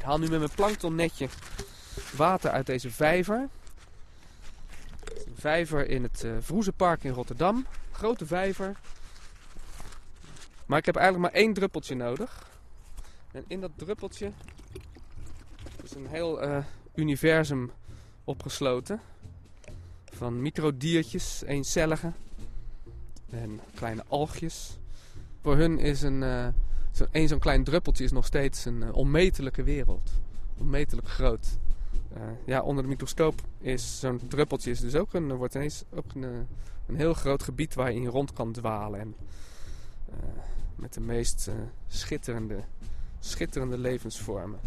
haal nu met mijn planktonnetje water uit deze vijver. Een vijver in het Vroezenpark in Rotterdam. Grote vijver. Maar ik heb eigenlijk maar 1 druppeltje nodig. En in dat druppeltje is een heel universum opgesloten. Van microdiertjes, eencellige en kleine algjes. Voor hun is zo'n klein druppeltje is nog steeds een onmetelijke wereld. Onmetelijk groot. Onder de microscoop is zo'n druppeltje is dus wordt ineens ook een heel groot gebied waar je in rond kan dwalen. En met de meest schitterende levensvormen.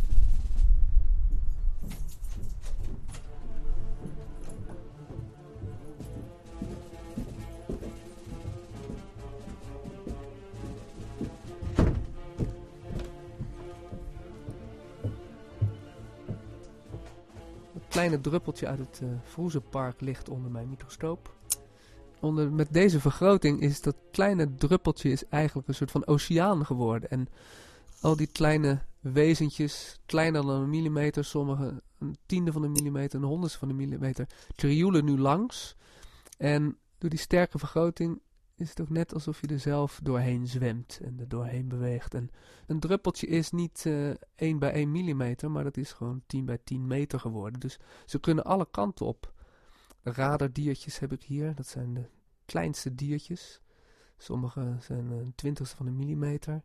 Het kleine druppeltje uit het Vroezenpark ligt onder mijn microscoop. Met deze vergroting is dat kleine druppeltje is eigenlijk een soort van oceaan geworden. En al die kleine wezentjes, kleiner dan een millimeter, sommige een tiende van een millimeter, een honderdste van een millimeter, krioelen nu langs. En door die sterke vergroting is het ook net alsof je er zelf doorheen zwemt en er doorheen beweegt. En een druppeltje is niet 1 bij 1 millimeter, maar dat is gewoon 10 bij 10 meter geworden. Dus ze kunnen alle kanten op. Raderdiertjes heb ik hier, dat zijn de kleinste diertjes. Sommige zijn een 20ste van een millimeter.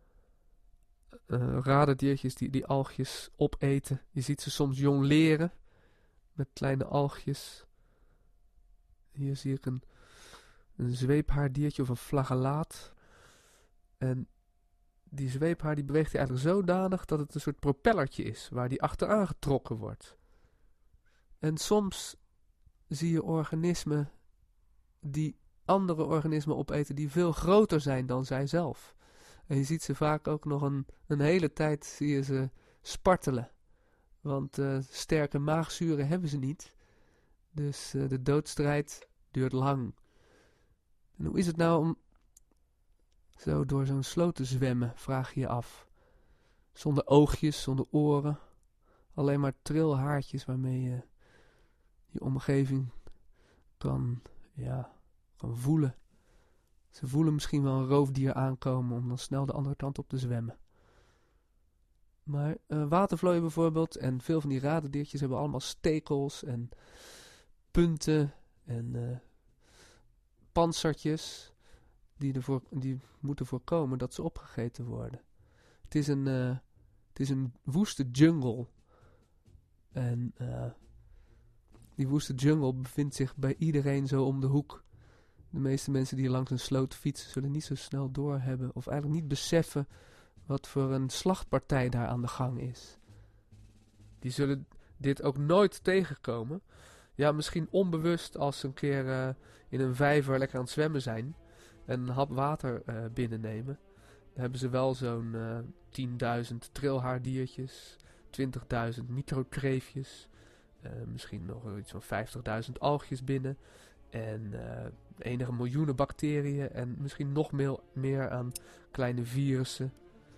Raderdiertjes die algjes opeten. Je ziet ze soms jong leren met kleine algjes. Hier zie ik een zweephaardiertje of een flagellaat. En die zweephaar die beweegt hij eigenlijk zodanig dat het een soort propellertje is, waar die achteraan getrokken wordt. En soms zie je organismen die andere organismen opeten die veel groter zijn dan zij zelf. En je ziet ze vaak ook nog een hele tijd zie je ze spartelen. Want sterke maagzuren hebben ze niet. Dus de doodstrijd duurt lang. En hoe is het nou om zo door zo'n sloot te zwemmen, vraag je je af. Zonder oogjes, zonder oren. Alleen maar trilhaartjes waarmee je je omgeving kan voelen. Ze voelen misschien wel een roofdier aankomen om dan snel de andere kant op te zwemmen. Maar watervlooien bijvoorbeeld en veel van die raderdiertjes hebben allemaal stekels en punten en panzertjes die moeten voorkomen dat ze opgegeten worden. Het is een woeste jungle. En die woeste jungle bevindt zich bij iedereen zo om de hoek. De meeste mensen die langs een sloot fietsen zullen niet zo snel doorhebben of eigenlijk niet beseffen wat voor een slachtpartij daar aan de gang is. Die zullen dit ook nooit tegenkomen. Ja, misschien onbewust als ze een keer in een vijver lekker aan het zwemmen zijn en een hap water binnennemen. Dan hebben ze wel zo'n 10.000 trilhaardiertjes, 20.000 microkreefjes, misschien nog iets van 50.000 algjes binnen en enige miljoenen bacteriën en misschien nog meer aan kleine virussen.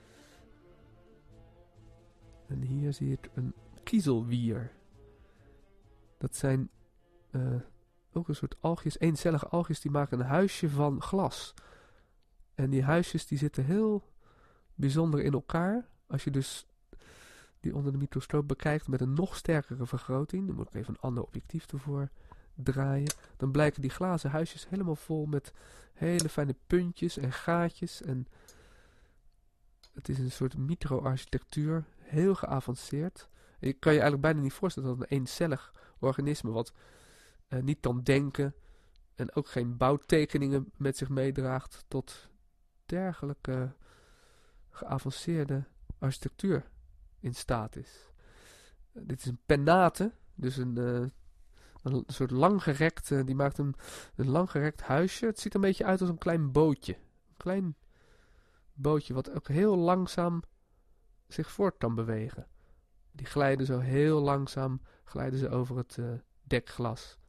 En hier zie ik een kiezelwier. Dat zijn ook een soort algjes, eencellige algjes, die maken een huisje van glas. En die huisjes die zitten heel bijzonder in elkaar. Als je dus die onder de microscoop bekijkt met een nog sterkere vergroting, dan moet ik even een ander objectief ervoor draaien, dan blijken die glazen huisjes helemaal vol met hele fijne puntjes en gaatjes. En het is een soort micro-architectuur, heel geavanceerd. Je kan je eigenlijk bijna niet voorstellen dat een eencellig organisme wat niet kan denken en ook geen bouwtekeningen met zich meedraagt tot dergelijke geavanceerde architectuur in staat is. Dit is een pennate, dus een soort langgerekt, die maakt een langgerekt huisje. Het ziet er een beetje uit als een klein bootje. Een klein bootje wat ook heel langzaam zich voort kan bewegen. Die glijden zo heel langzaam over het dekglas.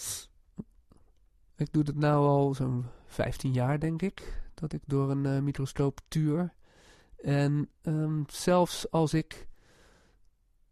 Ik doe dit nou al zo'n 15 jaar, denk ik, dat ik door een microscoop tuur. En zelfs als ik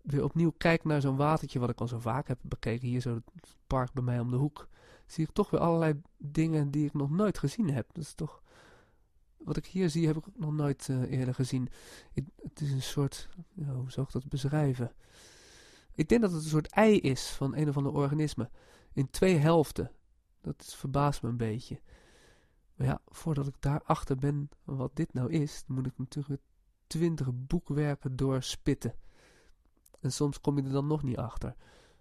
weer opnieuw kijk naar zo'n watertje wat ik al zo vaak heb bekeken, hier zo het park bij mij om de hoek, zie ik toch weer allerlei dingen die ik nog nooit gezien heb. Dat is toch, wat ik hier zie heb ik ook nog nooit eerder gezien. Het is een soort, hoe zou ik dat beschrijven? Ik denk dat het een soort ei is van een of ander organisme. In 2 helften. Dat verbaast me een beetje. Maar ja, voordat ik daarachter ben wat dit nou is, moet ik natuurlijk 20 boekwerken doorspitten. En soms kom je er dan nog niet achter.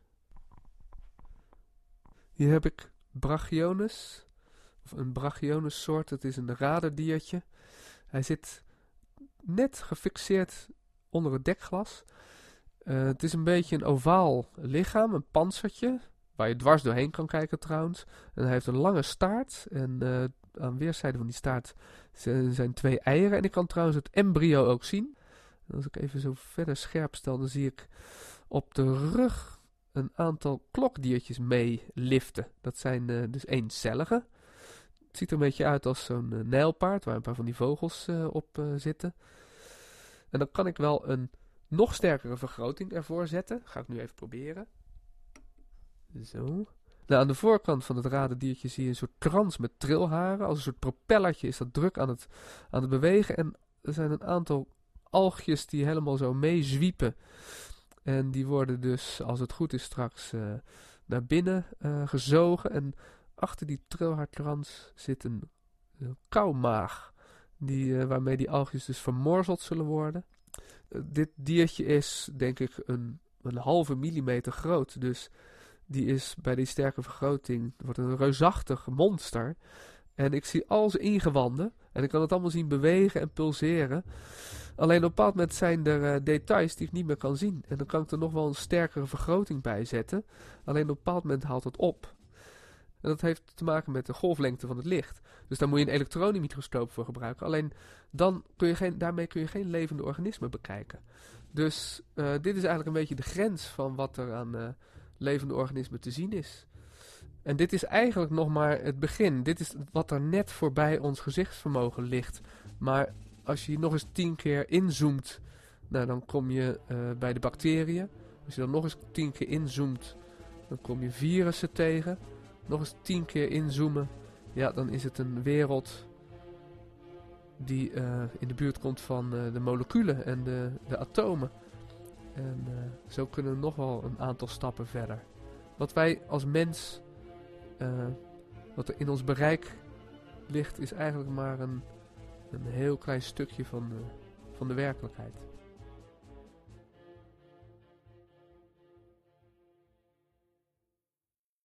Hier heb ik Brachiones. Of een Brachiones soort. Het is een raderdiertje. Hij zit net gefixeerd onder het dekglas. Het is een beetje een ovaal lichaam, een pantsertje, waar je dwars doorheen kan kijken trouwens. En hij heeft een lange staart en aan weerszijden van die staart zijn 2 eieren. En ik kan trouwens het embryo ook zien. En als ik even zo verder scherp stel, dan zie ik op de rug een aantal klokdiertjes mee liften. Dat zijn dus eencellige. Het ziet er een beetje uit als zo'n nijlpaard, waar een paar van die vogels op zitten. En dan kan ik wel een nog sterkere vergroting ervoor zetten. Ga ik nu even proberen. Zo. Nou, aan de voorkant van het raderdiertje zie je een soort krans met trilharen. Als een soort propellertje is dat druk aan het bewegen. En er zijn een aantal algjes die helemaal zo meezwiepen. En die worden dus, als het goed is straks, naar binnen gezogen. En achter die trilhaarkrans zit een kauwmaag. Waarmee die algjes dus vermorzeld zullen worden. Dit diertje is, denk ik, een halve millimeter groot. Dus die is bij die sterke vergroting, wordt een reusachtig monster. En ik zie al zijn ingewanden. En ik kan het allemaal zien bewegen en pulseren. Alleen op een bepaald moment zijn er details die ik niet meer kan zien. En dan kan ik er nog wel een sterkere vergroting bij zetten. Alleen op een bepaald moment haalt het op. En dat heeft te maken met de golflengte van het licht. Dus daar moet je een elektronenmicroscoop voor gebruiken. Alleen daarmee kun je geen levende organismen bekijken. Dus dit is eigenlijk een beetje de grens van wat er aan levende organismen te zien is. En dit is eigenlijk nog maar het begin. Dit is wat er net voorbij ons gezichtsvermogen ligt. Maar als je hier nog eens 10 keer inzoomt, nou, dan kom je bij de bacteriën. Als je dan nog eens 10 keer inzoomt, dan kom je virussen tegen. Nog eens 10 keer inzoomen, ja, dan is het een wereld die in de buurt komt van de moleculen en de atomen. En zo kunnen we nog wel een aantal stappen verder. Wat wij als mens, wat er in ons bereik ligt, is eigenlijk maar een heel klein stukje van de werkelijkheid.